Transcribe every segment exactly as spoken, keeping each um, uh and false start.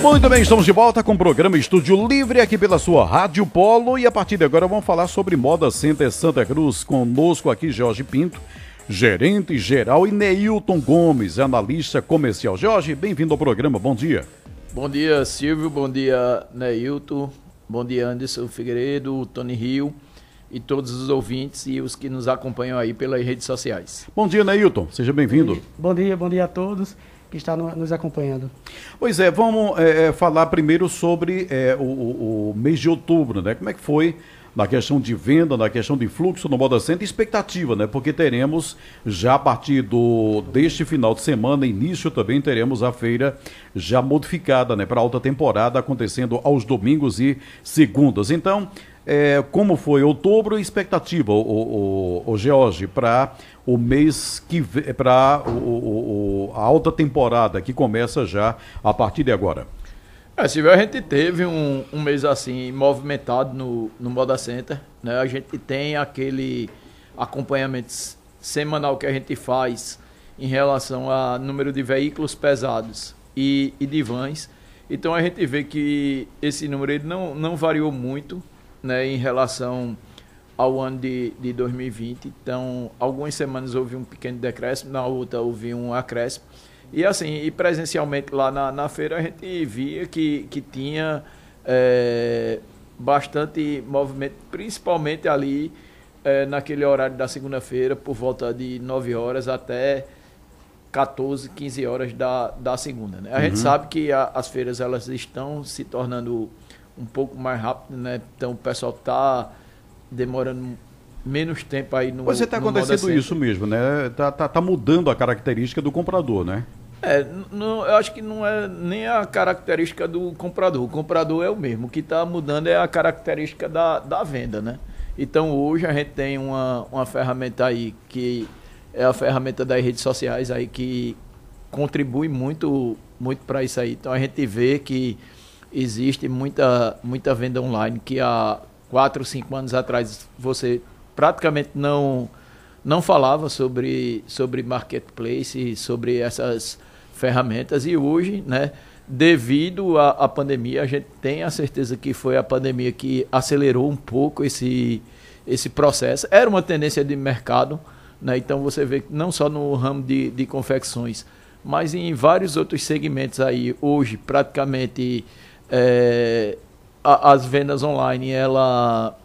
Muito bem, estamos de volta com o programa Estúdio Livre aqui pela sua Rádio Polo e a partir de agora vamos falar sobre Moda Center Santa Cruz. Conosco aqui Jorge Pinto, gerente geral, e Neilton Gomes, analista comercial. Jorge, bem-vindo ao programa, bom dia. Bom dia, Silvio, bom dia, Neilton, bom dia, Anderson Figueiredo, Tony Rio e todos os ouvintes e os que nos acompanham aí pelas redes sociais. Bom dia, Neilton, seja bem-vindo. Bom dia, bom dia a todos que estão nos acompanhando. Pois é, vamos é, falar primeiro sobre é, o, o, o mês de outubro, né? Como é que foi na questão de venda, na questão de fluxo no Moda Center, expectativa, né? Porque teremos já a partir do, deste final de semana, início também, teremos a feira já modificada, né? Para alta temporada, acontecendo aos domingos e segundas. Então, é, como foi outubro, expectativa, o, o, o, o George, para o mês que para o, o, a alta temporada que começa já a partir de agora? É, Silvio, a gente teve um, um mês assim movimentado no, no Moda Center, né? A gente tem aquele acompanhamento semanal que a gente faz em relação a número de veículos pesados e, e de vans. Então a gente vê que esse número ele não, não variou muito, né, em relação ao ano de, de dois mil e vinte. Então, algumas semanas houve um pequeno decréscimo, na outra houve um acréscimo. E assim, e presencialmente lá na, na feira a gente via que, que tinha é, bastante movimento, principalmente ali é, naquele horário da segunda-feira, por volta de nove horas até quatorze, quinze horas da, da segunda, né? A uhum. gente sabe que a, as feiras elas estão se tornando um pouco mais rápido, né? Então o pessoal está demorando menos tempo aí no Pois está acontecendo isso mesmo, né? Tá, tá, tá mudando a característica do comprador, né? É, não, eu acho que não é nem a característica do comprador. O comprador é o mesmo. O que está mudando é a característica da, da venda, né? Então hoje a gente tem uma, uma ferramenta aí que é a ferramenta das redes sociais aí que contribui muito, muito para isso aí. Então a gente vê que existe muita, muita venda online que há quatro, cinco anos atrás você praticamente não, não falava sobre, sobre marketplace, sobre essas ferramentas. E hoje, né, devido à, à pandemia, a gente tem a certeza que foi a pandemia que acelerou um pouco esse, esse processo. Era uma tendência de mercado, né? Então você vê que não só no ramo de, de confecções, mas em vários outros segmentos aí, hoje praticamente é, a, as vendas online, ela,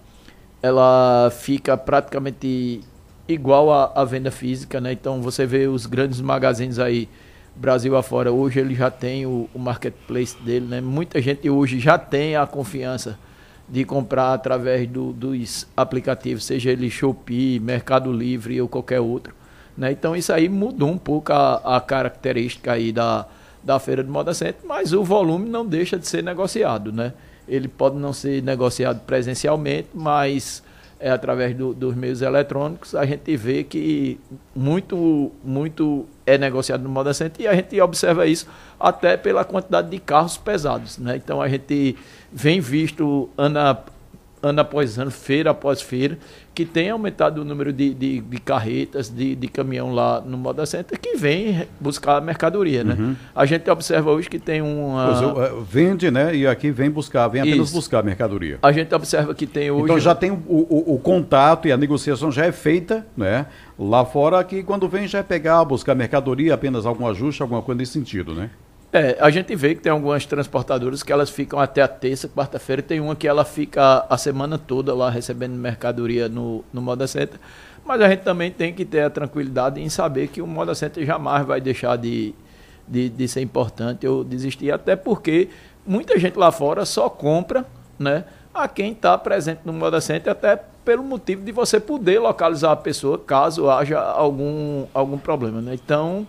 ela fica praticamente igual à, à venda física, né? Então você vê os grandes magazines aí, Brasil afora, hoje ele já tem o, o marketplace dele, né? Muita gente hoje já tem a confiança de comprar através do, dos aplicativos, seja ele Shopee, Mercado Livre ou qualquer outro, né? Então isso aí mudou um pouco a, a característica aí da, da feira de Moda Center, mas o volume não deixa de ser negociado, né? Ele pode não ser negociado presencialmente, mas é, através do, dos meios eletrônicos a gente vê que muito, muito é negociado no Moda Center e a gente observa isso até pela quantidade de carros pesados, né? Então a gente vem visto ano, ano após ano, feira após feira, que tem aumentado o número de, de, de carretas, de, de caminhão lá no Moda Center, que vem buscar a mercadoria, né? Uhum. A gente observa hoje que tem uma... Pois, vende, né? E aqui vem buscar, vem apenas Isso. buscar a mercadoria. A gente observa que tem hoje... Então já tem o, o, o contato e a negociação já é feita, né? Lá fora, que quando vem já é pegar, buscar mercadoria, apenas algum ajuste, alguma coisa nesse sentido, né? É, a gente vê que tem algumas transportadoras que elas ficam até a terça, quarta-feira, tem uma que ela fica a semana toda lá recebendo mercadoria no, no Moda Center, mas a gente também tem que ter a tranquilidade em saber que o Moda Center jamais vai deixar de, de, de ser importante ou desistir, até porque muita gente lá fora só compra, né, a quem está presente no Moda Center, até pelo motivo de você poder localizar a pessoa caso haja algum, algum problema, né? Então,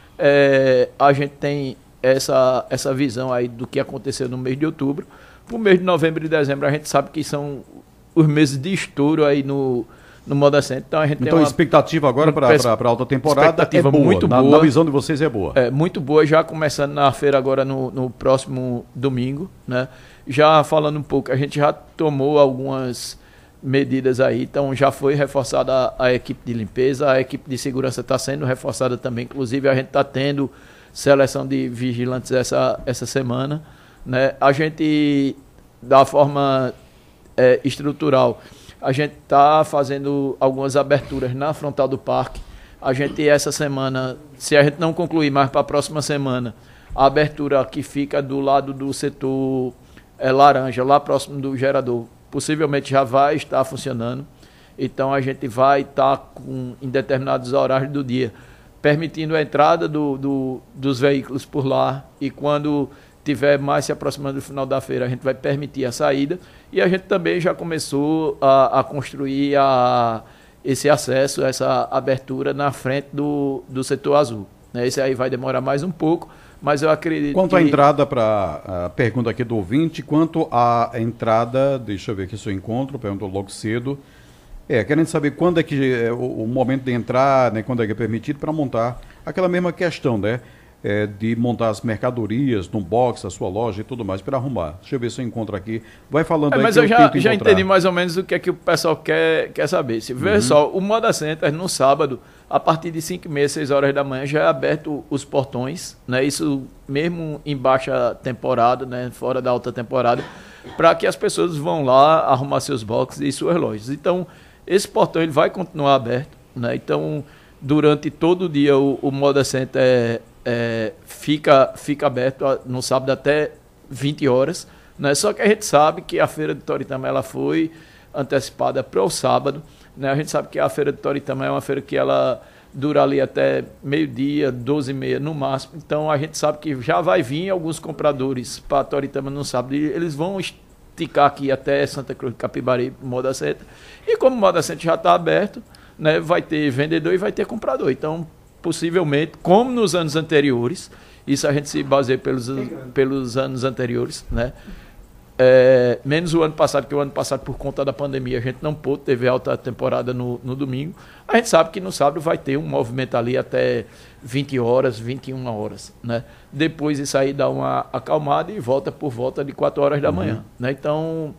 é, a gente tem essa, essa visão aí do que aconteceu no mês de outubro. Para o mês de novembro e dezembro a gente sabe que são os meses de estouro aí no, no Moda Center. Então a gente então, tem uma expectativa agora para a alta temporada expectativa é boa, muito na, boa. Na visão de vocês é boa. É, muito boa, já começando na feira agora no, no próximo domingo, né? Já falando um pouco, a gente já tomou algumas medidas aí, então já foi reforçada a, a equipe de limpeza, a equipe de segurança está sendo reforçada também, inclusive a gente está tendo seleção de vigilantes essa, essa semana, né? A gente, da forma é, estrutural, a gente está fazendo algumas aberturas na frontal do parque. A gente, essa semana, se a gente não concluir mais para a próxima semana, a abertura que fica do lado do setor é, laranja, lá próximo do gerador, possivelmente já vai estar funcionando. Então a gente vai estar tá com, em determinados horários do dia, permitindo a entrada do, do, dos veículos por lá, e quando tiver mais se aproximando do final da feira, a gente vai permitir a saída. E a gente também já começou a, a construir a, esse acesso, essa abertura na frente do, do setor azul, né? Esse aí vai demorar mais um pouco, mas eu acredito Quanto que... à entrada, para a pergunta aqui do ouvinte, quanto à entrada, deixa eu ver aqui se eu encontro, perguntou logo cedo, é, querendo saber quando é que é o, o momento de entrar, né, quando é que é permitido para montar aquela mesma questão, né, é, de montar as mercadorias no box, a sua loja e tudo mais, para arrumar. Deixa eu ver se eu encontro aqui. Vai falando é, aí mas que eu, eu já, tento já encontrar. entendi mais ou menos o que é que o pessoal quer, quer saber. Se veja uhum. só, o Moda Center no sábado, a partir de cinco e meia, seis horas da manhã, já é aberto os portões, né? Isso mesmo em baixa temporada, né? Fora da alta temporada, para que as pessoas vão lá arrumar seus boxes e suas lojas. Então, esse portão ele vai continuar aberto, né? Então, durante todo o dia, o, o Moda Center é, é, fica, fica aberto no sábado até vinte horas, né? Só que a gente sabe que a feira de Toritama ela foi antecipada para o sábado, né? A gente sabe que a feira de Toritama é uma feira que ela dura ali até meio-dia, doze e meia no máximo. Então, a gente sabe que já vai vir alguns compradores para Toritama no sábado e eles vão esticar aqui até Santa Cruz de Capibari, Moda Center. E como o Moda Center já está aberto, né, vai ter vendedor e vai ter comprador. Então, possivelmente, como nos anos anteriores, isso a gente se baseia pelos, pelos anos anteriores, né? É, menos o ano passado, que o ano passado, por conta da pandemia, a gente não pôde, teve alta temporada no, no domingo. A gente sabe que no sábado vai ter um movimento ali até vinte horas, vinte e uma horas, né? Depois isso aí dá uma acalmada e volta por volta de quatro horas da uhum. manhã, né? Então,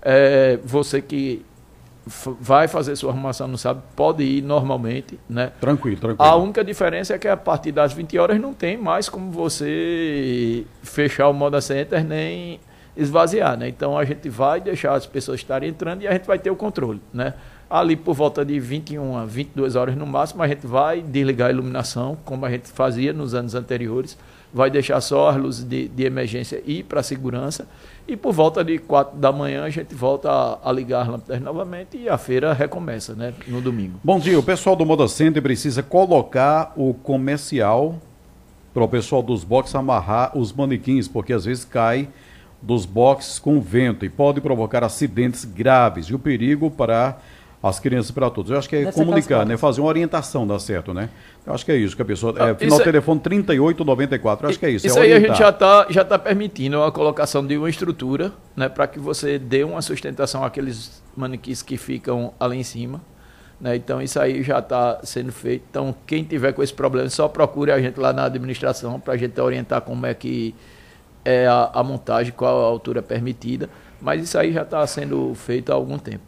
é, você que f- vai fazer sua arrumação no sábado, pode ir normalmente, né? Tranquilo, tranquilo. A única diferença é que a partir das vinte horas não tem mais como você fechar o Moda Center, nem esvaziar, né? Então a gente vai deixar as pessoas estarem entrando e a gente vai ter o controle, né? Ali por volta de vinte e uma, vinte e duas horas no máximo, a gente vai desligar a iluminação, como a gente fazia nos anos anteriores, vai deixar só as luzes de, de emergência e para segurança, e por volta de quatro da manhã a gente volta a, a ligar as lâmpadas novamente e a feira recomeça, né? No domingo. Bom dia, o pessoal do Moda Center precisa colocar o comercial para o pessoal dos boxes amarrar os manequins, porque às vezes cai dos boxes com vento e pode provocar acidentes graves e o perigo para as crianças e para todos. Eu acho que é Nessa comunicar, né? Fazer uma orientação, dá certo, né? Eu acho que é isso que a pessoa... É, final do telefone trinta e oito noventa e quatro, eu acho que é isso. Isso é aí a gente já está já tá permitindo a colocação de uma estrutura, né? Para que você dê uma sustentação àqueles manequins que ficam ali em cima, né? Então isso aí já está sendo feito. Então quem tiver com esse problema, só procure a gente lá na administração para a gente orientar como é que é a, a montagem, qual a altura permitida, mas isso aí já está sendo feito há algum tempo.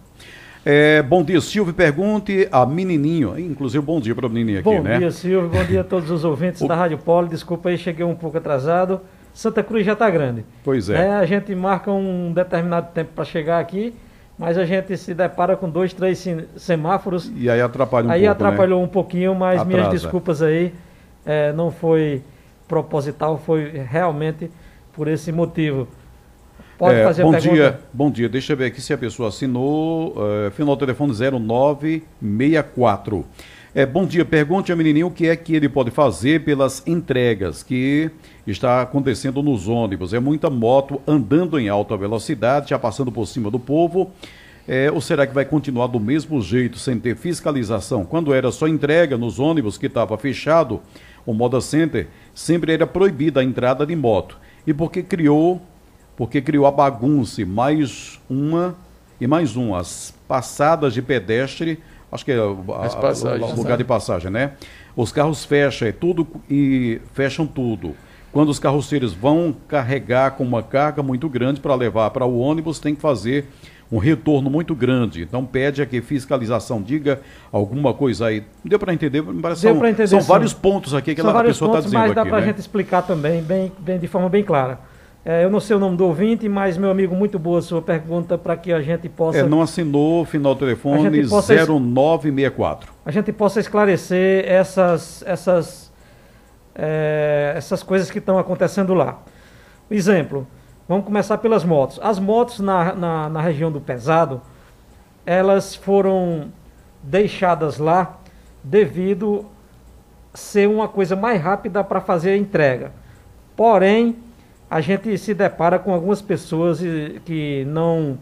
É, bom dia, Silvio, pergunte a Menininho, inclusive bom dia para o Menininho aqui, bom né? Bom dia, Silvio, bom dia a todos os ouvintes o... da Rádio Polo, desculpa aí, cheguei um pouco atrasado, Santa Cruz já está grande. Pois é. é. A gente marca um determinado tempo para chegar aqui, mas a gente se depara com dois, três semáforos. E aí atrapalha um aí pouco, atrapalhou né? um pouquinho, mas Atrasa. Minhas desculpas aí, é, não foi proposital, foi realmente por esse motivo. Pode é, fazer bom a pergunta? Dia, bom dia, deixa eu ver aqui se a pessoa assinou, uh, final do telefone zero nove seis quatro. É, bom dia, pergunte ao menininho o que é que ele pode fazer pelas entregas que está acontecendo nos ônibus. É muita moto andando em alta velocidade, já passando por cima do povo. É, ou será que vai continuar do mesmo jeito, sem ter fiscalização? Quando era só entrega nos ônibus que estava fechado, o Moda Center, sempre era proibida a entrada de moto. E porque criou, porque criou a bagunça, mais uma e mais uma, as passadas de pedestre, acho que é o lugar de passagem, né? Os carros fecham, é tudo e fecham tudo. Quando os carroceiros vão carregar com uma carga muito grande para levar para o ônibus, tem que fazer um retorno muito grande. Então pede aqui fiscalização, diga alguma coisa aí. Deu para entender? Parece Deu são, entender, são sim. vários pontos aqui que são ela, a pessoa está dizendo mas dá aqui, para a né? gente explicar também, bem, bem, de forma bem clara. É, eu não sei o nome do ouvinte, mas, meu amigo, muito boa a sua pergunta para que a gente possa... É, não assinou, final do telefone possa, zero nove seis quatro. A gente possa esclarecer essas, essas, é, essas coisas que estão acontecendo lá. Exemplo, vamos começar pelas motos. As motos na, na, na região do Pesado, elas foram deixadas lá devido a ser uma coisa mais rápida para fazer a entrega. Porém, a gente se depara com algumas pessoas que não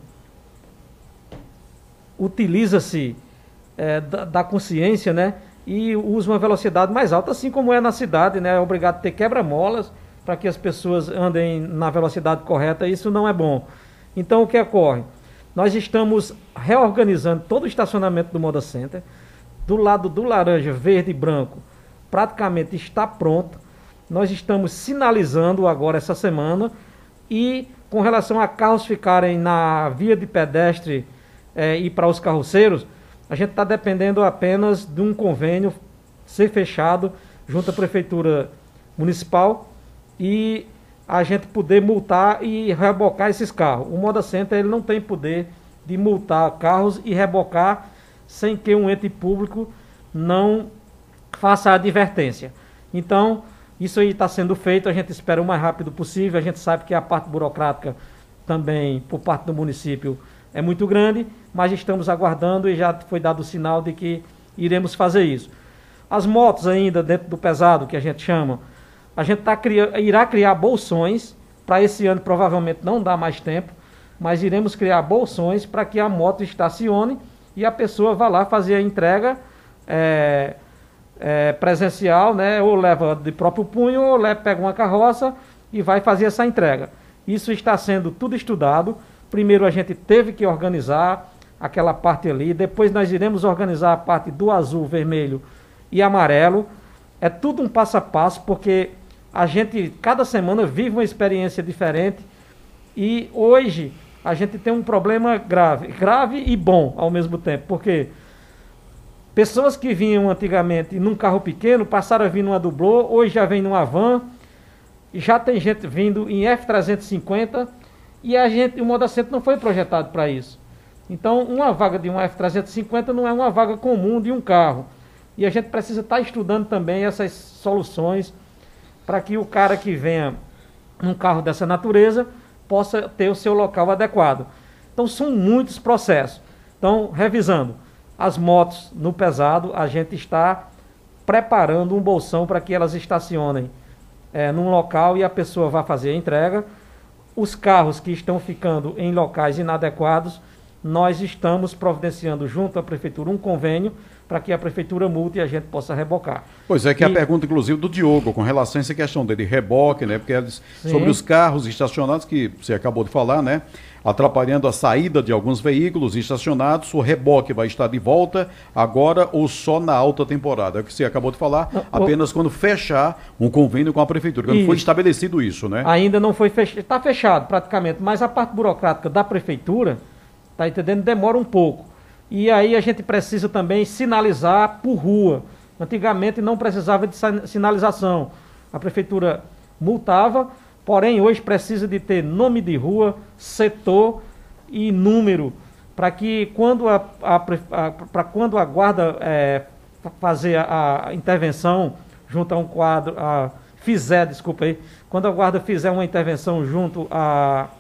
utiliza-se é, da, da consciência, né? E usa uma velocidade mais alta, assim como é na cidade, né? É obrigado a ter quebra-molas para que as pessoas andem na velocidade correta. Isso não é bom. Então, o que ocorre? Nós estamos reorganizando todo o estacionamento do Moda Center. Do lado do laranja, verde e branco, praticamente está pronto. Nós estamos sinalizando agora essa semana e com relação a carros ficarem na via de pedestre eh, e para os carroceiros, a gente está dependendo apenas de um convênio ser fechado junto à Prefeitura Municipal e a gente poder multar e rebocar esses carros. O Moda Center ele não tem poder de multar carros e rebocar sem que um ente público não faça a advertência. Então, isso aí está sendo feito, a gente espera o mais rápido possível, a gente sabe que a parte burocrática também, por parte do município, é muito grande, mas estamos aguardando e já foi dado o sinal de que iremos fazer isso. As motos ainda dentro do pesado, que a gente chama, a gente tá criando, irá criar bolsões, para esse ano provavelmente não dá mais tempo, mas iremos criar bolsões para que a moto estacione e a pessoa vá lá fazer a entrega é, É, presencial, né, ou leva de próprio punho, ou leva, pega uma carroça e vai fazer essa entrega. Isso está sendo tudo estudado. Primeiro a gente teve que organizar aquela parte ali, depois nós iremos organizar a parte do azul, vermelho e amarelo. É tudo um passo a passo, porque a gente, cada semana, vive uma experiência diferente e hoje a gente tem um problema grave, grave e bom ao mesmo tempo, porque pessoas que vinham antigamente num carro pequeno, passaram a vir numa Dublô, hoje já vem numa van, já tem gente vindo em F trezentos e cinquenta e a gente, o Moda Center não foi projetado para isso. Então, uma vaga de um F trezentos e cinquenta não é uma vaga comum de um carro. E a gente precisa estar estudando também essas soluções para que o cara que venha num carro dessa natureza possa ter o seu local adequado. Então, são muitos processos. Então, revisando. As motos no pesado, a gente está preparando um bolsão para que elas estacionem é, num local e a pessoa vá fazer a entrega. Os carros que estão ficando em locais inadequados, nós estamos providenciando junto à Prefeitura um convênio para que a Prefeitura multe e a gente possa rebocar. Pois é, que e... a pergunta, inclusive, do Diogo, com relação a essa questão dele, reboque, né? Porque eles, sobre os carros estacionados, que você acabou de falar, né? Atrapalhando a saída de alguns veículos estacionados, o reboque vai estar de volta agora ou só na alta temporada? É o que você acabou de falar, apenas o... quando fechar um convênio com a Prefeitura, quando isso. foi estabelecido isso, né? Ainda não foi fechado, está fechado praticamente, mas a parte burocrática da Prefeitura, tá entendendo, demora um pouco. E aí a gente precisa também sinalizar por rua. Antigamente não precisava de sinalização. A Prefeitura multava, porém hoje precisa de ter nome de rua, setor e número, para que quando a, a, a, pra quando a guarda é, fazer a, a intervenção junto a um quadro, a, fizer, desculpa aí, quando a guarda fizer uma intervenção junto a,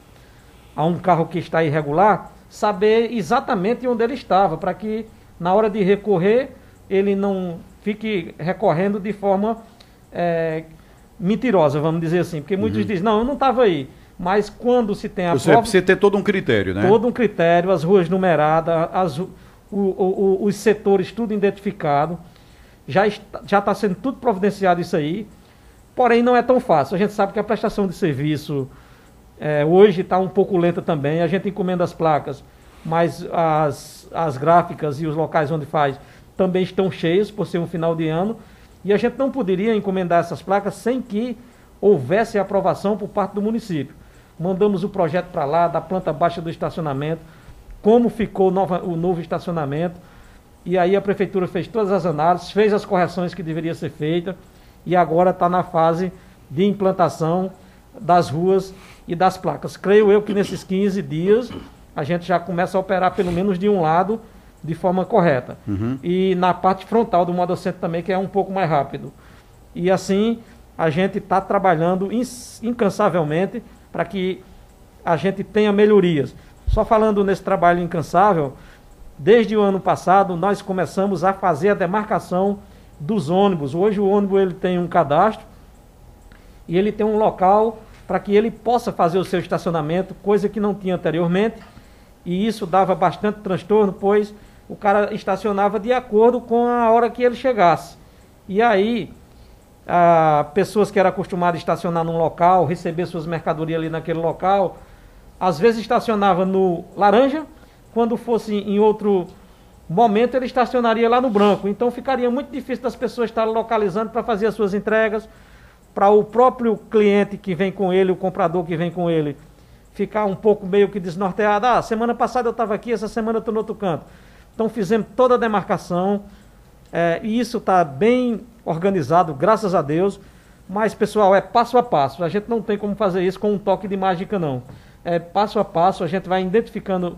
a um carro que está irregular, saber exatamente onde ele estava, para que na hora de recorrer ele não fique recorrendo de forma é, mentirosa, vamos dizer assim, porque muitos uhum. dizem, não, eu não estava aí, mas quando se tem a Você prova... precisa ter todo um critério, né? Todo um critério, as ruas numeradas, as, o, o, o, os setores tudo identificado, já está, já está sendo tudo providenciado isso aí, porém não é tão fácil. A gente sabe que a prestação de serviço É, hoje está um pouco lenta também, a gente encomenda as placas, mas as, as gráficas e os locais onde faz também estão cheios por ser um final de ano, e a gente não poderia encomendar essas placas sem que houvesse aprovação por parte do município. Mandamos o projeto para lá, da planta baixa do estacionamento, como ficou nova, o novo estacionamento, e aí a Prefeitura fez todas as análises, fez as correções que deveria ser feita, e agora está na fase de implantação, das ruas e das placas. Creio eu que nesses quinze dias a gente já começa a operar pelo menos de um lado de forma correta. Uhum. E na parte frontal do Moda Center também, que é um pouco mais rápido. E assim a gente está trabalhando incansavelmente para que a gente tenha melhorias. Só falando nesse trabalho incansável, desde o ano passado nós começamos a fazer a demarcação dos ônibus. Hoje o ônibus ele tem um cadastro e ele tem um local para que ele possa fazer o seu estacionamento, coisa que não tinha anteriormente, e isso dava bastante transtorno, pois o cara estacionava de acordo com a hora que ele chegasse. E aí, a, pessoas que eram acostumadas a estacionar num local, receber suas mercadorias ali naquele local, às vezes estacionava no laranja, quando fosse em outro momento ele estacionaria lá no branco. Então ficaria muito difícil das pessoas estarem localizando para fazer as suas entregas, para o próprio cliente que vem com ele, o comprador que vem com ele, ficar um pouco meio que desnorteado. Ah, semana passada eu estava aqui, essa semana eu estou no outro canto. Então fizemos toda a demarcação, é, e isso está bem organizado, graças a Deus. Mas, pessoal, é passo a passo. A gente não tem como fazer isso com um toque de mágica, não. É passo a passo, a gente vai identificando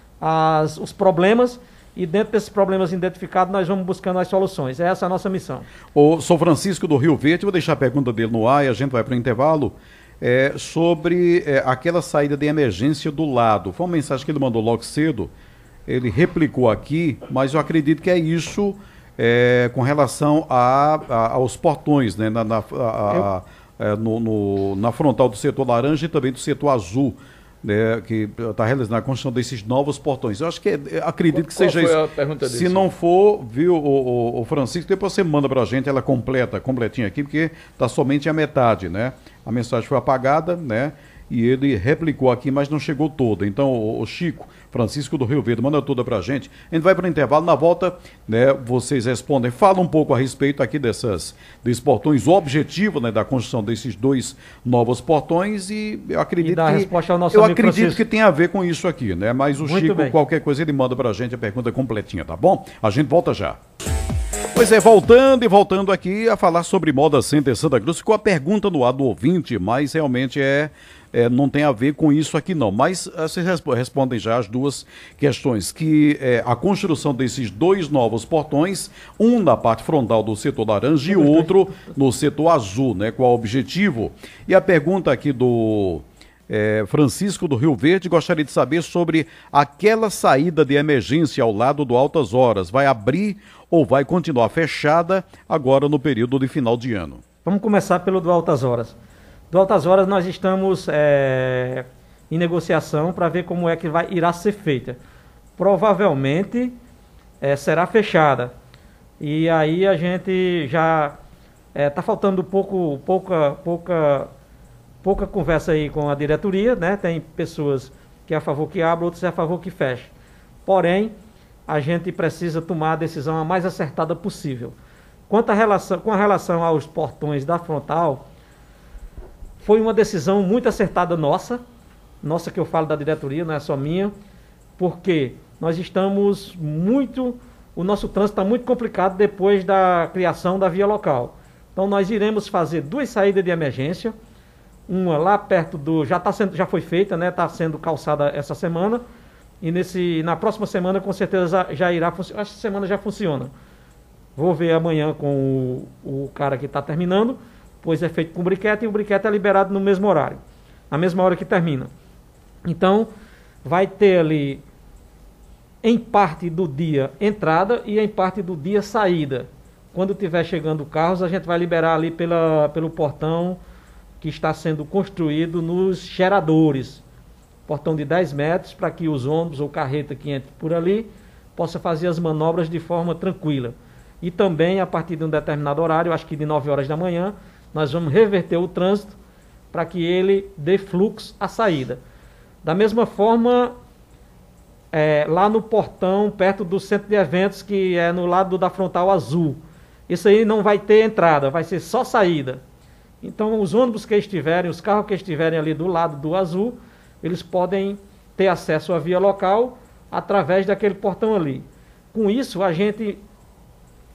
as, os problemas, e dentro desses problemas identificados nós vamos buscando as soluções. Essa é a nossa missão. O São Francisco do Rio Verde, vou deixar a pergunta dele no ar e a gente vai para o intervalo, é, sobre é, aquela saída de emergência do lado. Foi uma mensagem que ele mandou logo cedo, ele replicou aqui, mas eu acredito que é isso é, com relação a, a, aos portões, né, na, na, a, a, é, no, no, na frontal do setor laranja e também do setor azul. Né, que está realizando a construção desses novos portões. Eu acho que, é, acredito que Qual seja foi isso. A pergunta Se desse? não for, viu, o, o, o Francisco, depois você manda para a gente, ela completa, completinha aqui, porque está somente a metade, né? A mensagem foi apagada, né? E ele replicou aqui, mas não chegou toda. Então, o, o Chico, Francisco do Rio Verde, manda toda para a gente. A gente vai para o intervalo, na volta, né, vocês respondem, fala um pouco a respeito aqui dessas, desses portões, o objetivo, né, da construção desses dois novos portões, e eu acredito e dá que, a resposta ao nosso eu amigo acredito Francisco. que tem a ver com isso aqui, né? Mas o Muito Chico, bem. qualquer coisa, ele manda para a gente a pergunta completinha, tá bom? A gente volta já. Pois é, voltando e voltando aqui a falar sobre Moda Center Santa Cruz, ficou a pergunta no ar do ouvinte, mas realmente é, é não tem a ver com isso aqui não. Mas uh, vocês resp respondem já as duas questões, que é, a construção desses dois novos portões, um na parte frontal do setor laranja e outro no setor azul, né? Qual o objetivo? E a pergunta aqui do é, Francisco do Rio Verde, gostaria de saber sobre aquela saída de emergência ao lado do Altas Horas, vai abrir ou vai continuar fechada agora no período de final de ano? Vamos começar pelo do Altas Horas. Do Altas Horas nós estamos é, em negociação para ver como é que vai, irá ser feita. Provavelmente é, será fechada. E aí a gente já está é, faltando pouco, pouca, pouca, pouca conversa aí com a diretoria, né? Tem pessoas que é a favor que abra, outros é a favor que feche. Porém, a gente precisa tomar a decisão a mais acertada possível. Quanto a relação, com a relação aos portões da frontal, foi uma decisão muito acertada nossa, nossa que eu falo da diretoria, não é só minha, porque nós estamos muito, o nosso trânsito está muito complicado depois da criação da via local. Então nós iremos fazer duas saídas de emergência, uma lá perto do, já, tá sendo, já foi feita, né, está sendo calçada essa semana, e nesse, na próxima semana com certeza já irá funcionar, essa semana já funciona. Vou ver amanhã com o, o cara que está terminando, pois é feito com briquete e o briquete é liberado no mesmo horário, na mesma hora que termina. Então, vai ter ali, em parte do dia, entrada e em parte do dia, saída. Quando tiver chegando carros, a gente vai liberar ali pela, pelo portão que está sendo construído nos geradores. Portão de dez metros, para que os ônibus ou carreta que entre por ali possa fazer as manobras de forma tranquila. E também, a partir de um determinado horário, acho que de nove horas da manhã, nós vamos reverter o trânsito para que ele dê fluxo à saída. Da mesma forma, é, lá no portão, perto do centro de eventos, que é no lado da frontal azul, isso aí não vai ter entrada, vai ser só saída. Então, os ônibus que estiverem, os carros que estiverem ali do lado do azul, eles podem ter acesso à via local através daquele portão ali. Com isso, a gente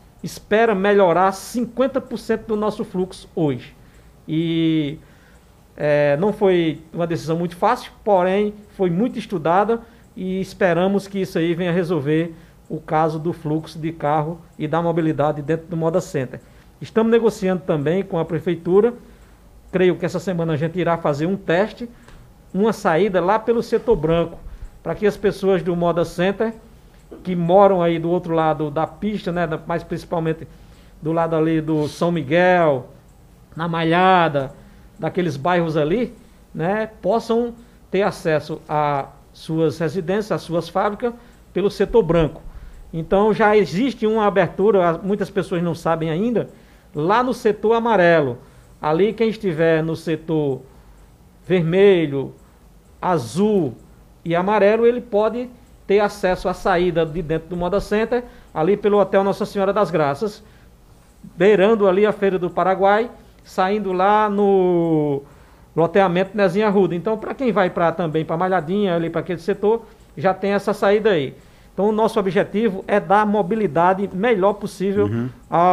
espera melhorar cinquenta por cento do nosso fluxo hoje. E É, não foi uma decisão muito fácil, porém foi muito estudada e esperamos que isso aí venha resolver o caso do fluxo de carro e da mobilidade dentro do Moda Center. Estamos negociando também com a prefeitura, creio que essa semana a gente irá fazer um teste, uma saída lá pelo setor branco, para que as pessoas do Moda Center, que moram aí do outro lado da pista, né, mais principalmente do lado ali do São Miguel, na Malhada, daqueles bairros ali, né, possam ter acesso a suas residências, às suas fábricas, pelo setor branco. Então já existe uma abertura, muitas pessoas não sabem ainda, lá no setor amarelo. Ali quem estiver no setor vermelho, azul e amarelo, ele pode ter acesso à saída de dentro do Moda Center, ali pelo Hotel Nossa Senhora das Graças, beirando ali a Feira do Paraguai, saindo lá no loteamento Nezinha Arruda. Então, para quem vai pra, também para Malhadinha, ali para aquele setor, já tem essa saída aí. Então, o nosso objetivo é dar mobilidade melhor possível uhum.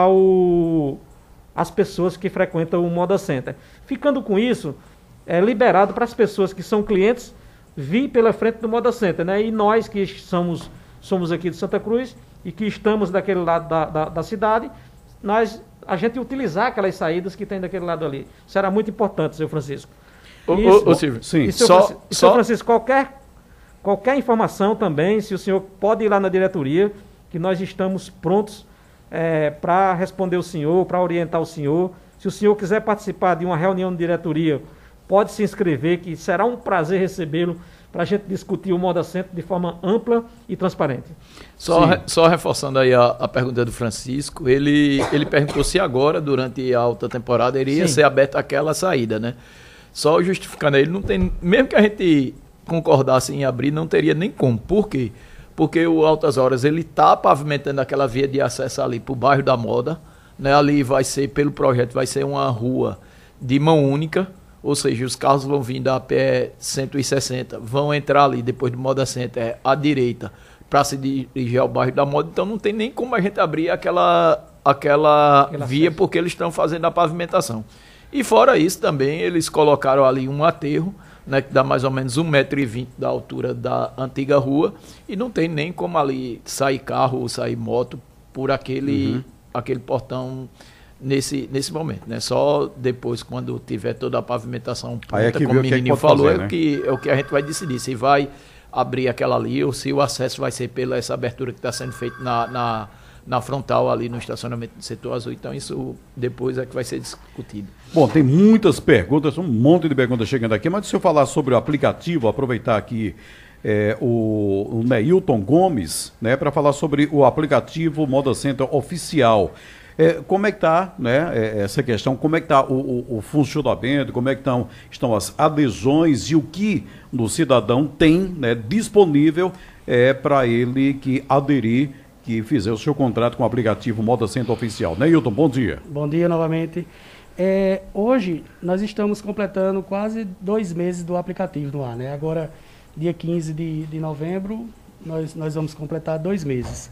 ao, às pessoas que frequentam o Moda Center. Ficando com isso, é liberado para as pessoas que são clientes vir pela frente do Moda Center, né? E nós que somos, somos aqui de Santa Cruz e que estamos daquele lado da, da, da cidade, nós, a gente utilizar aquelas saídas que tem daquele lado ali. Isso era muito importante, senhor Francisco. Ô, ô, ô, Silvio, sim. E, senhor, só, Francisco, só... senhor Francisco, qualquer, qualquer informação também, se o senhor pode ir lá na diretoria, que nós estamos prontos é, para responder o senhor, para orientar o senhor. Se o senhor quiser participar de uma reunião de diretoria, pode se inscrever, que será um prazer recebê-lo para a gente discutir o Moda Center de forma ampla e transparente. Só, re, só reforçando aí a, a pergunta do Francisco, ele, ele perguntou se agora, durante a alta temporada, iria Sim. ser aberta aquela saída, né? Só justificando aí, ele não tem, mesmo que a gente concordasse em abrir, não teria nem como. Por quê? Porque o Altas Horas, ele está pavimentando aquela via de acesso ali para o bairro da Moda, né? Ali vai ser, pelo projeto, vai ser uma rua de mão única, ou seja, os carros vão vir da P E cento e sessenta, vão entrar ali depois do Moda Center à direita para se dirigir ao bairro da Moda, então não tem nem como a gente abrir aquela, aquela via, acesso. Porque eles estão fazendo a pavimentação. E fora isso também, eles colocaram ali um aterro, né, que dá mais ou menos um metro e vinte da altura da antiga rua, e não tem nem como ali sair carro ou sair moto por aquele, uhum. aquele portão nesse, nesse momento, né? Só depois, quando tiver toda a pavimentação pronta, é como o menininho falou, fazer, né? é, o que, é o que a gente vai decidir, se vai abrir aquela ali ou se o acesso vai ser pela essa abertura que está sendo feita na, na, na frontal ali no estacionamento do setor azul. Então isso depois é que vai ser discutido. Bom, tem muitas perguntas, um monte de perguntas chegando aqui, mas se eu falar sobre o aplicativo, aproveitar aqui é, o, o Neilton Gomes, né, para falar sobre o aplicativo Moda Center Oficial. É, como é que está, né, é, essa questão, como é que está o, o, o funcionamento, como é que tão, estão as adesões e o que o cidadão tem, né, disponível é, para ele que aderir, que fizer o seu contrato com o aplicativo Moda Center Oficial. Neilton, bom dia. Bom dia novamente. É, hoje nós estamos completando quase dois meses do aplicativo no ar, né? Agora, dia quinze de, de novembro, nós, nós vamos completar dois meses.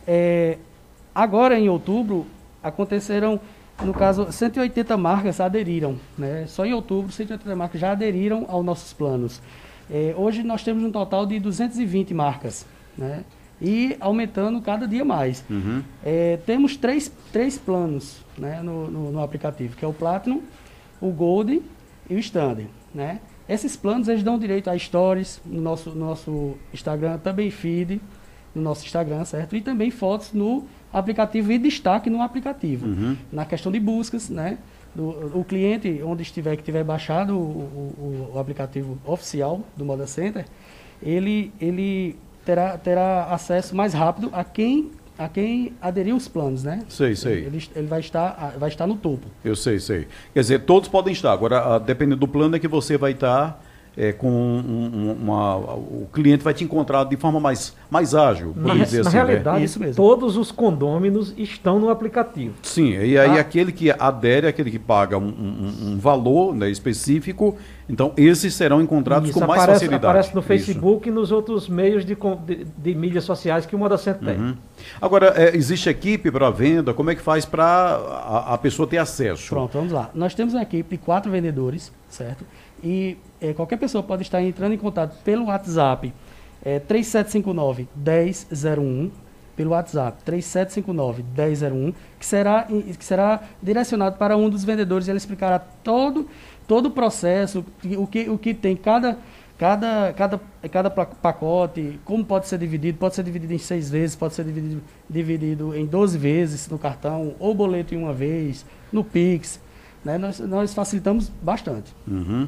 É, agora, em outubro, aconteceram, no caso, cento e oitenta marcas aderiram, né? Só em outubro, cento e oitenta marcas já aderiram aos nossos planos. É, hoje nós temos um total de duzentas e vinte marcas, né? E aumentando cada dia mais. Uhum. É, temos três, três planos, né, no, no, no aplicativo, que é o Platinum, o Gold e o Standard, né? Esses planos, eles dão direito a stories no nosso, no nosso Instagram, também feed no nosso Instagram, certo? E também fotos no aplicativo e destaque no aplicativo. Uhum. Na questão de buscas, né? Do, o cliente, onde estiver, que tiver baixado o, o, o aplicativo oficial do Moda Center, ele, ele terá, terá acesso mais rápido a quem, a quem aderiu os planos, né? Sei, sei. Ele, ele vai, estar, vai estar no topo. Eu sei, sei. Quer dizer, todos podem estar. Agora, dependendo do plano, é que você vai estar é, com um, uma, o cliente vai te encontrar de forma mais, mais ágil, Na, por dizer na assim, realidade, né? Isso mesmo. todos os condôminos estão no aplicativo. Sim, e aí Ah. aquele que adere, aquele que paga um, um- um valor, né, específico, então esses serão encontrados Isso, com mais aparece, facilidade. aparece no Isso. Facebook e nos outros meios de, con- de, de mídias sociais que o Moda Center tem. Uhum. Agora, é, existe equipe para venda? Como é que faz para a, a pessoa ter acesso? Pronto, vamos lá. Nós temos uma equipe de quatro vendedores, certo? E eh, qualquer pessoa pode estar entrando em contato pelo WhatsApp eh, três sete cinco nove, um zero zero um, pelo WhatsApp três sete cinco nove, um zero zero um, que será, em- que será direcionado para um dos vendedores e ele explicará todo, todo o processo, o que, o que tem cada, cada, cada, cada pa- pacote, como pode ser dividido, pode ser dividido em seis vezes, pode ser dividido, dividido em doze vezes no cartão, ou boleto em uma vez, no Pix. Né? Nós, nós facilitamos bastante. Uhum.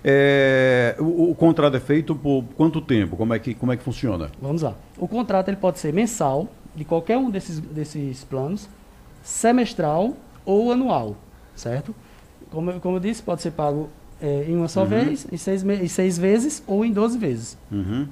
É, o, o contrato é feito por quanto tempo? Como é que, como é que funciona? Vamos lá. O contrato ele pode ser mensal, de qualquer um desses, desses planos, semestral ou anual, certo? Como, eu- como eu disse, pode ser pago eh, em uma só Uhum. vez, em seis, me- em seis vezes ou em doze vezes. Uhum.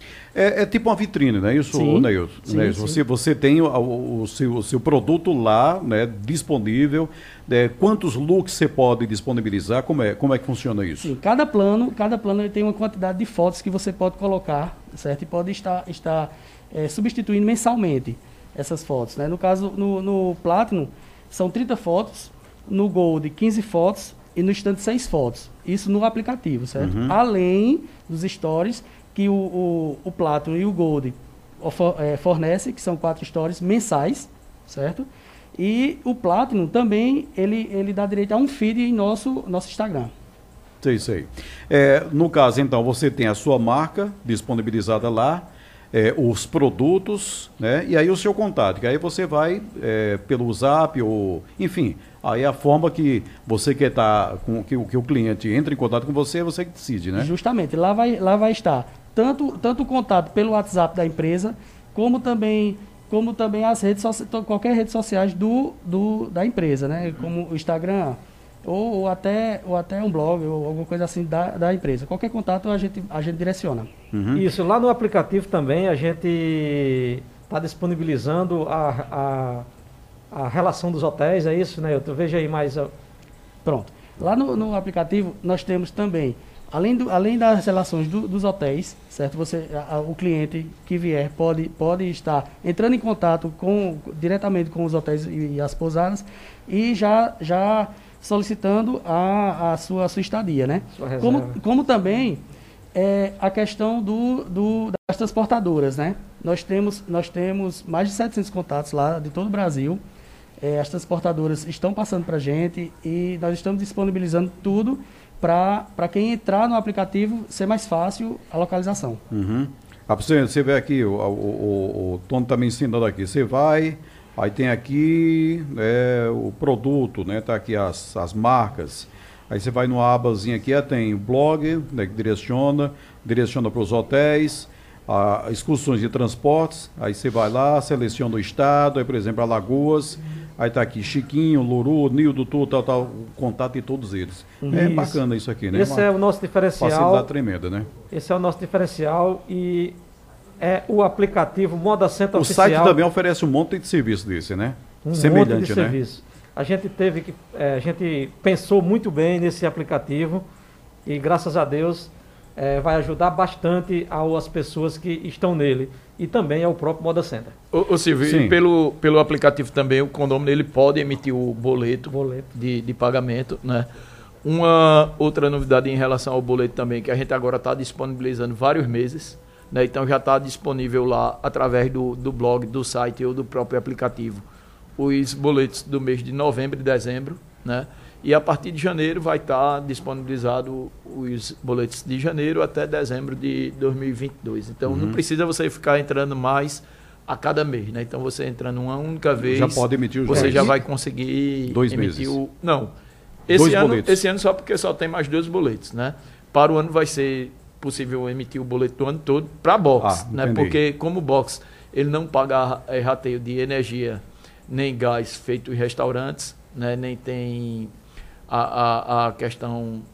É, é tipo uma vitrine, não é isso, Sim. Neilson? Sim, Né? sim. Você, você tem o, o- o seu, o seu produto lá, né, disponível. né? Quantos looks você pode disponibilizar? Como é, como é que funciona isso? Sim, cada plano, cada plano ele tem uma quantidade de fotos que você pode colocar, certo? E pode estar, estar eh, substituindo mensalmente essas fotos, né? No caso, no, no Platinum, são trinta fotos, no Gold, quinze fotos e no Instant, seis fotos. Isso no aplicativo, certo? Uhum. Além dos stories que o, o, o Platinum e o Gold ofo- eh, fornecem, que são quatro stories mensais, certo? E o Platinum também, ele, ele dá direito a um feed em nosso, nosso Instagram. Sei, sei. É, no caso, então, você tem a sua marca disponibilizada lá, é, os produtos, né? E aí o seu contato, que aí você vai é, pelo Zap ou, enfim, aí é a forma que você quer estar, com que, o- que o cliente entre em contato com você, você que decide, né? Justamente, lá vai, lá vai estar tanto, tanto o contato pelo WhatsApp da empresa, como também, como também as redes sociais, qualquer rede sociais do, do, da empresa, né? Como o Instagram, ou, ou, até, ou até um blog, ou alguma coisa assim da, da empresa. Qualquer contato a gente, a gente direciona. Uhum. Isso, lá no aplicativo também a gente está disponibilizando a, a, a relação dos hotéis, é isso, né? Eu vejo aí mais. a- Pronto. Lá no, no aplicativo nós temos também, além, do, além das relações do- dos hotéis, certo? Você, a- a- o cliente que vier pode, pode estar entrando em contato com, diretamente com os hotéis e, e as pousadas e já, já solicitando a, a, sua, a sua estadia, né? Sua reserva. Como, como também é, a questão do, do- das transportadoras, né? Nós temos, nós temos mais de setecentos contatos lá de todo o Brasil. É, as transportadoras estão passando para a gente e nós estamos disponibilizando tudo para quem entrar no aplicativo ser mais fácil a localização. Uhum. Ah, você, você vê aqui, o, o, o, o Tony está me ensinando aqui. Você vai, aí tem aqui né, o produto, né? Tá aqui as, as marcas. Aí você vai numa abazinha aqui, aí tem o blog, né, que direciona, direciona para os hotéis, a, excursões de transportes. Aí você vai lá, seleciona o estado, aí, por exemplo, Alagoas. Aí tá aqui Chiquinho, Luru, Nildo, tudo, tal, tal, o contato de todos eles. É Isso. bacana isso aqui, né? Esse Uma é o nosso facilidade diferencial. tremenda, né? Esse é o nosso diferencial e é o aplicativo Moda Center O Oficial. site também oferece um monte de serviço desse, né? um Semelhante, monte de né? serviço. A gente teve que, eh, a gente pensou muito bem nesse aplicativo e graças a Deus eh, vai ajudar bastante ao, as pessoas que estão nele e também ao próprio Moda Center. Ô, ô Silvio, Sim. e pelo, pelo aplicativo também, o condômino ele pode emitir o boleto, Boleto. De, de pagamento, né? Uma outra novidade em relação ao boleto também, que a gente agora está disponibilizando vários meses, né? Então já está disponível lá através do, do blog, do site ou do próprio aplicativo, os boletos do mês de novembro e dezembro, né? E a partir de janeiro vai estar disponibilizado os boletos de janeiro até dezembro de dois mil e vinte e dois. Então não precisa você ficar entrando mais a cada mês, né? Então você entrando uma única vez, Já pode emitir os você dois. já vai conseguir Dois emitir meses. o não. Esse Dois ano, boletos. esse ano só porque só tem mais dois boletos, né? Para o ano vai ser possível emitir o boleto do ano todo para box, Ah, né? entendi. Porque como o box ele não paga eh, rateio de energia nem gás feito em restaurantes, né? Nem tem a, a, a questão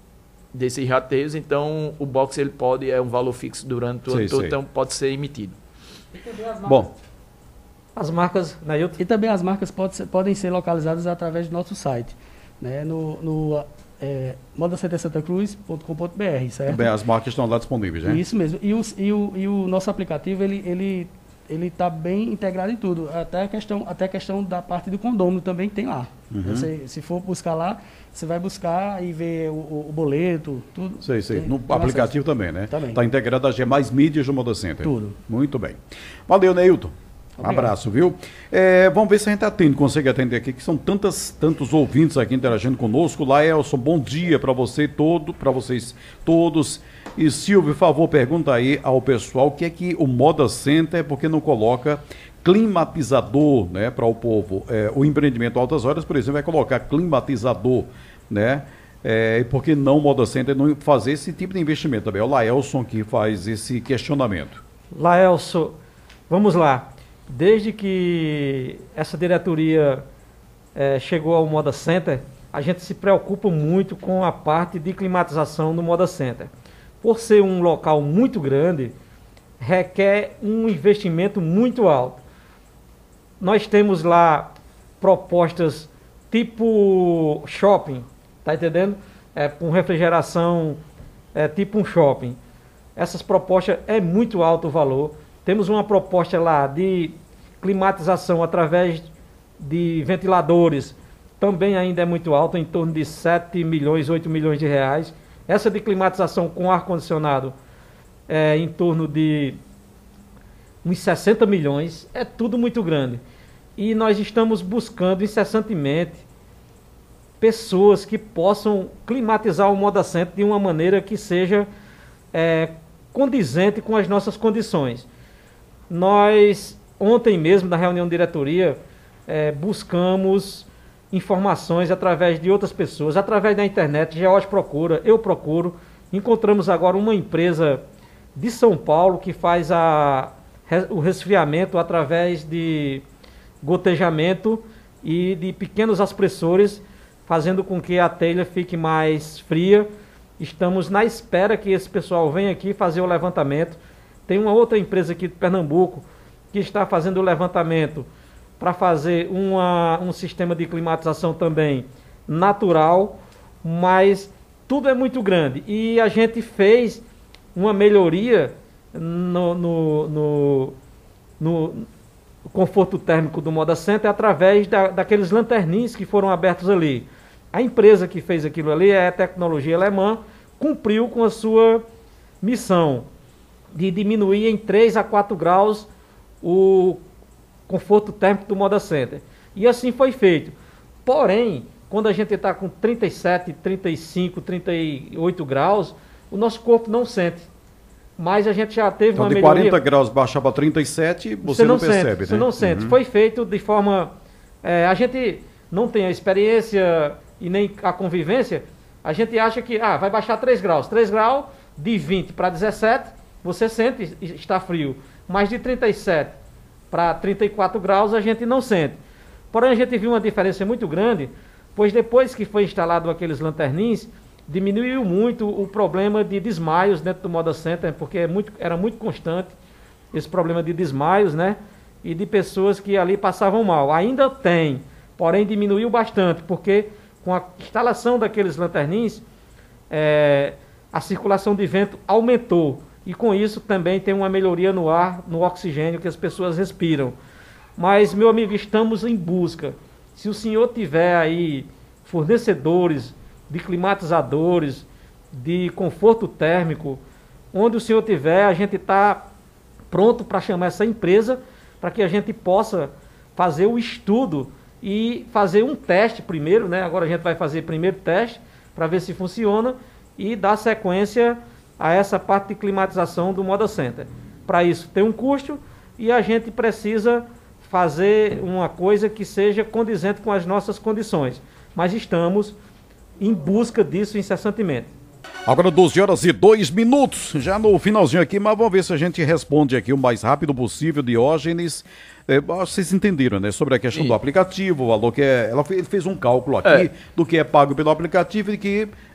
desses rateios, então o box ele pode, é um valor fixo durante o Sei, ano todo, sei. então pode ser emitido. Bom, As marcas, Nailton? E também as marcas pode ser- podem ser localizadas através do nosso site, né? No, no é, moda center santa cruz ponto com ponto br, certo? bem, as marcas estão lá disponíveis, né? Isso mesmo. E, os, e, o, e o nosso aplicativo, ele ele ele está bem integrado em tudo. Até a questão, até a questão da parte do condômino também tem lá. Uhum. Você, se for buscar lá, você vai buscar e ver o, o- o boleto, tudo. Sei, sei. Tem- No tem aplicativo também, né? Também. Está integrado às demais mídias do Moda Center. Tudo. Muito bem. Valeu, Neilton. Obrigado. Abraço, viu? É, vamos ver se a gente atende, consegue atender aqui, que são tantas, tantos ouvintes aqui interagindo conosco. Laelson, bom dia para você todo, para vocês todos. E Silvio, por favor, pergunta aí ao pessoal o que é que o Moda Center, porque não coloca climatizador, né, para o povo. É, o empreendimento Altas Horas, por exemplo, vai colocar climatizador, né? É, e por que não o Moda Center não fazer esse tipo de investimento também? É o Laelson que faz esse questionamento. Laelson, vamos lá. Desde que essa diretoria eh, chegou ao Moda Center, a gente se preocupa muito com a parte de climatização no Moda Center. Por ser um local muito grande, requer um investimento muito alto. Nós temos lá propostas tipo shopping, tá entendendo? É, com refrigeração, é, tipo um shopping. Essas propostas é muito alto o valor. Temos uma proposta lá de climatização através de ventiladores, também ainda é muito alto, em torno de sete milhões, oito milhões de reais. Essa de climatização com ar-condicionado é em torno de uns sessenta milhões, é tudo muito grande. E nós estamos buscando incessantemente pessoas que possam climatizar o Moda Center de uma maneira que seja é, condizente com as nossas condições. Nós, ontem mesmo, na reunião de diretoria, é, buscamos informações através de outras pessoas, através da internet. George procura, eu procuro. Encontramos agora uma empresa de São Paulo que faz a, o resfriamento através de gotejamento e de pequenos aspressores, fazendo com que a telha fique mais fria. Estamos na espera que esse pessoal venha aqui fazer o levantamento. Tem uma outra empresa aqui de Pernambuco que está fazendo o levantamento para fazer uma, um sistema de climatização também natural, mas tudo é muito grande. E a gente fez uma melhoria no, no, no, no conforto térmico do Moda Center através da, daqueles lanterninhos que foram abertos ali. A empresa que fez aquilo ali é a tecnologia alemã, cumpriu com a sua missão de diminuir em três a quatro graus o conforto térmico do Moda Center. E assim foi feito. Porém, quando a gente está com trinta e sete, trinta e cinco, trinta e oito graus, o nosso corpo não sente. Mas a gente já teve Então, uma de melhoria. quarenta graus baixar para trinta e sete, você, Você não, não percebe, sente, né? Você não sente. Uhum. Foi feito de forma... é, a gente não tem a experiência e nem a convivência. A gente acha que ah, vai baixar três graus. três graus, de vinte para dezessete, você sente e está frio. Mas de trinta e sete para trinta e quatro graus, a gente não sente. Porém, a gente viu uma diferença muito grande, pois depois que foi instalado aqueles lanterninhos, diminuiu muito o problema de desmaios dentro do Moda Center, porque é muito, era muito constante esse problema de desmaios, né? E de pessoas que ali passavam mal. Ainda tem, porém diminuiu bastante, porque com a instalação daqueles lanterninhos, é, a circulação de vento aumentou. E com isso também tem uma melhoria no ar, no oxigênio que as pessoas respiram. Mas, meu amigo, estamos em busca. Se o senhor tiver aí fornecedores de climatizadores, de conforto térmico, onde o senhor tiver, a gente está pronto para chamar essa empresa para que a gente possa fazer o estudo e fazer um teste primeiro, né? Agora a gente vai fazer primeiro teste para ver se funciona e dar sequência a essa parte de climatização do Moda Center. Para isso tem um custo e a gente precisa fazer uma coisa que seja condizente com as nossas condições. Mas estamos em busca disso incessantemente. Agora doze horas e dois minutos, já no finalzinho aqui, mas vamos ver se a gente responde aqui o mais rápido possível, Diógenes. É, vocês entenderam, né? Sobre a questão Sim. do aplicativo, o valor que é. Ela fez, ele fez um cálculo aqui É. do que é pago pelo aplicativo e que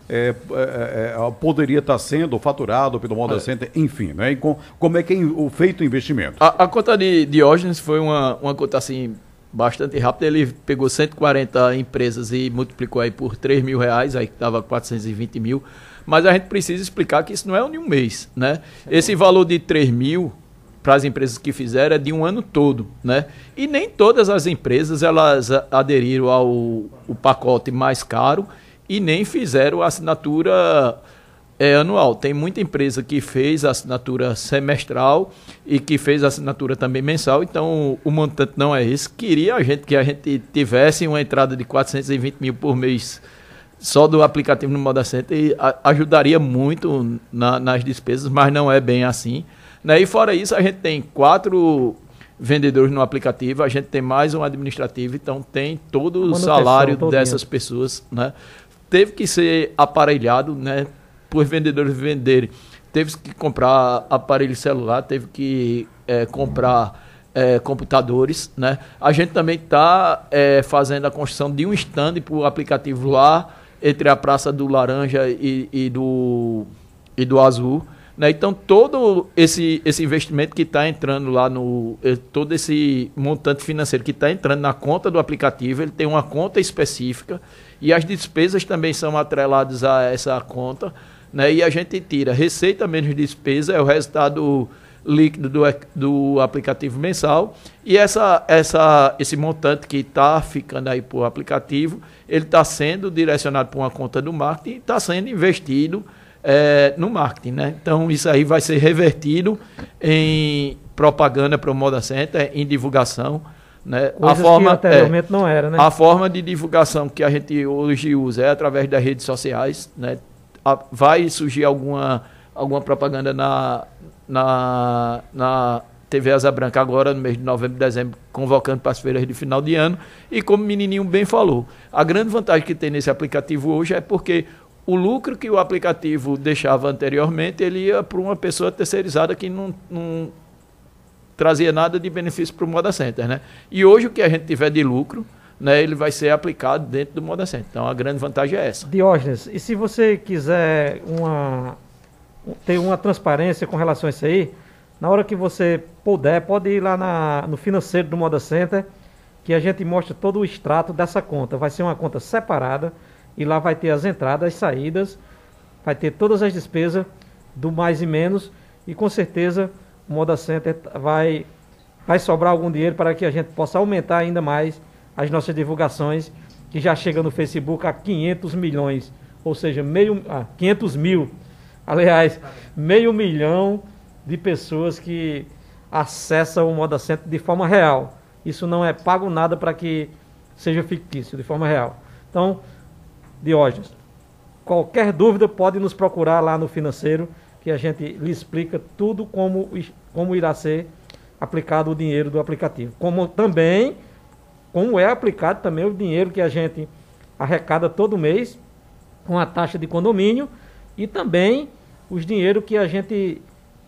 é, é, é, poderia estar sendo faturado pelo Moda Center, enfim, né? E com, como é que é o feito o investimento? A, a conta de Diógenes foi uma, uma conta assim bastante rápida. Ele pegou cento e quarenta empresas e multiplicou aí por três mil reais, aí que dava quatrocentos e vinte mil. Mas a gente precisa explicar que isso não é de um mês, né? Esse valor de três mil para as empresas que fizeram é de um ano todo, né? E nem todas as empresas elas aderiram ao o pacote mais caro e nem fizeram a assinatura é, anual. Tem muita empresa que fez a assinatura semestral e que fez a assinatura também mensal, então o montante não é esse. Queria a gente que a gente tivesse uma entrada de quatrocentos e vinte mil por mês só do aplicativo no Moda Center e a, ajudaria muito na, nas despesas, mas não é bem assim, né? E fora isso, a gente tem quatro vendedores no aplicativo, a gente tem mais um administrativo, então tem todo o salário dessas pessoas, né? Teve que ser aparelhado, né? Por vendedores venderem, teve que comprar aparelho celular, teve que é, comprar é, computadores, né? A gente também está é, fazendo a construção de um stand para o aplicativo lá, entre a Praça do Laranja e, e, do, e do Azul, né? Então todo esse, esse investimento que está entrando lá no, todo esse montante financeiro que está entrando na conta do aplicativo, ele tem uma conta específica e as despesas também são atreladas a essa conta, né? E a gente tira receita menos despesa, é o resultado líquido do, do aplicativo mensal, e essa, essa, esse montante que está ficando aí para o aplicativo, ele está sendo direcionado para uma conta do marketing e está sendo investido é, no marketing, né? Então isso aí vai ser revertido em propaganda para o Moda Center, em divulgação, né? Coisas a forma, que anteriormente é, não era, né? A forma de divulgação que a gente hoje usa é através das redes sociais, né? A, vai surgir alguma, alguma propaganda na Na, na T V Asa Branca agora, no mês de novembro e dezembro, convocando para as feiras de final de ano. E como o menininho bem falou, a grande vantagem que tem nesse aplicativo hoje é porque o lucro que o aplicativo deixava anteriormente, ele ia para uma pessoa terceirizada que não, não trazia nada de benefício para o Moda Center, né? E hoje o que a gente tiver de lucro, né, ele vai ser aplicado dentro do Moda Center. Então a grande vantagem é essa. Diógenes, e se você quiser uma... ter uma transparência com relação a isso aí, na hora que você puder, pode ir lá na, no financeiro do Moda Center, que a gente mostra todo o extrato dessa conta. Vai ser uma conta separada e lá vai ter as entradas, as saídas, vai ter todas as despesas do mais e menos, e com certeza o Moda Center vai, vai sobrar algum dinheiro para que a gente possa aumentar ainda mais as nossas divulgações, que já chega no Facebook a quinhentos milhões, ou seja, meio, ah, quinhentos mil. Aliás, meio milhão de pessoas que acessam o Moda Center de forma real. Isso não é pago nada para que seja fictício, de forma real. Então, Diógenes, qualquer dúvida pode nos procurar lá no financeiro, que a gente lhe explica tudo como, como irá ser aplicado o dinheiro do aplicativo. Como também, como é aplicado também o dinheiro que a gente arrecada todo mês com a taxa de condomínio, e também os dinheiros que a gente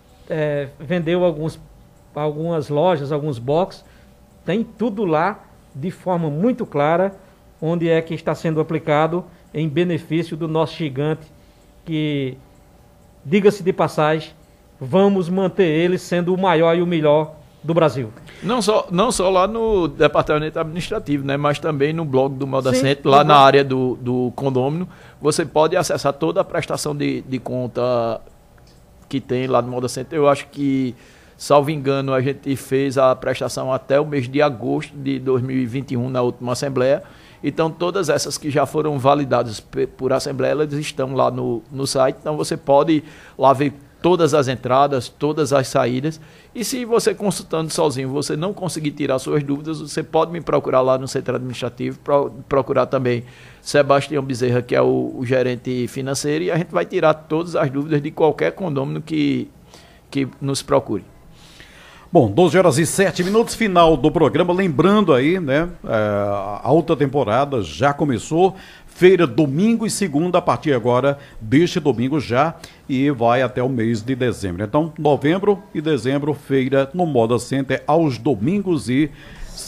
é, vendeu alguns, algumas lojas, alguns boxes, tem tudo lá de forma muito clara, onde é que está sendo aplicado em benefício do nosso gigante, que, diga-se de passagem, vamos manter ele sendo o maior e o melhor do Brasil. Não só, não só lá no departamento administrativo, né, mas também no blog do Moda Sim, Center, lá na área do, do condômino, você pode acessar toda a prestação de, de conta que tem lá no Moda Center. Eu acho que, salvo engano, a gente fez a prestação até o mês de agosto de dois mil e vinte e um, na última Assembleia. Então, todas essas que já foram validadas por Assembleia, elas estão lá no, no site. Então, você pode lá ver todas as entradas, todas as saídas. E se você consultando sozinho, você não conseguir tirar suas dúvidas, você pode me procurar lá no Centro Administrativo, pro, procurar também Sebastião Bezerra, que é o, o gerente financeiro, e a gente vai tirar todas as dúvidas de qualquer condômino que, que nos procure. Bom, doze horas e sete minutos, final do programa. Lembrando aí, né, a alta temporada já começou. Feira domingo e segunda, a partir agora deste domingo já, e vai até o mês de dezembro. Então, novembro e dezembro, feira no Moda Center aos domingos e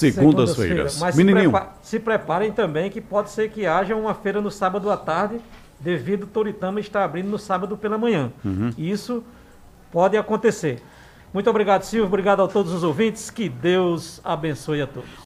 segundas-feiras. Mas se, prepa se preparem também, que pode ser que haja uma feira no sábado à tarde devido ao Toritama estar abrindo no sábado pela manhã. Uhum. Isso pode acontecer. Muito obrigado, Silvio. Obrigado a todos os ouvintes. Que Deus abençoe a todos.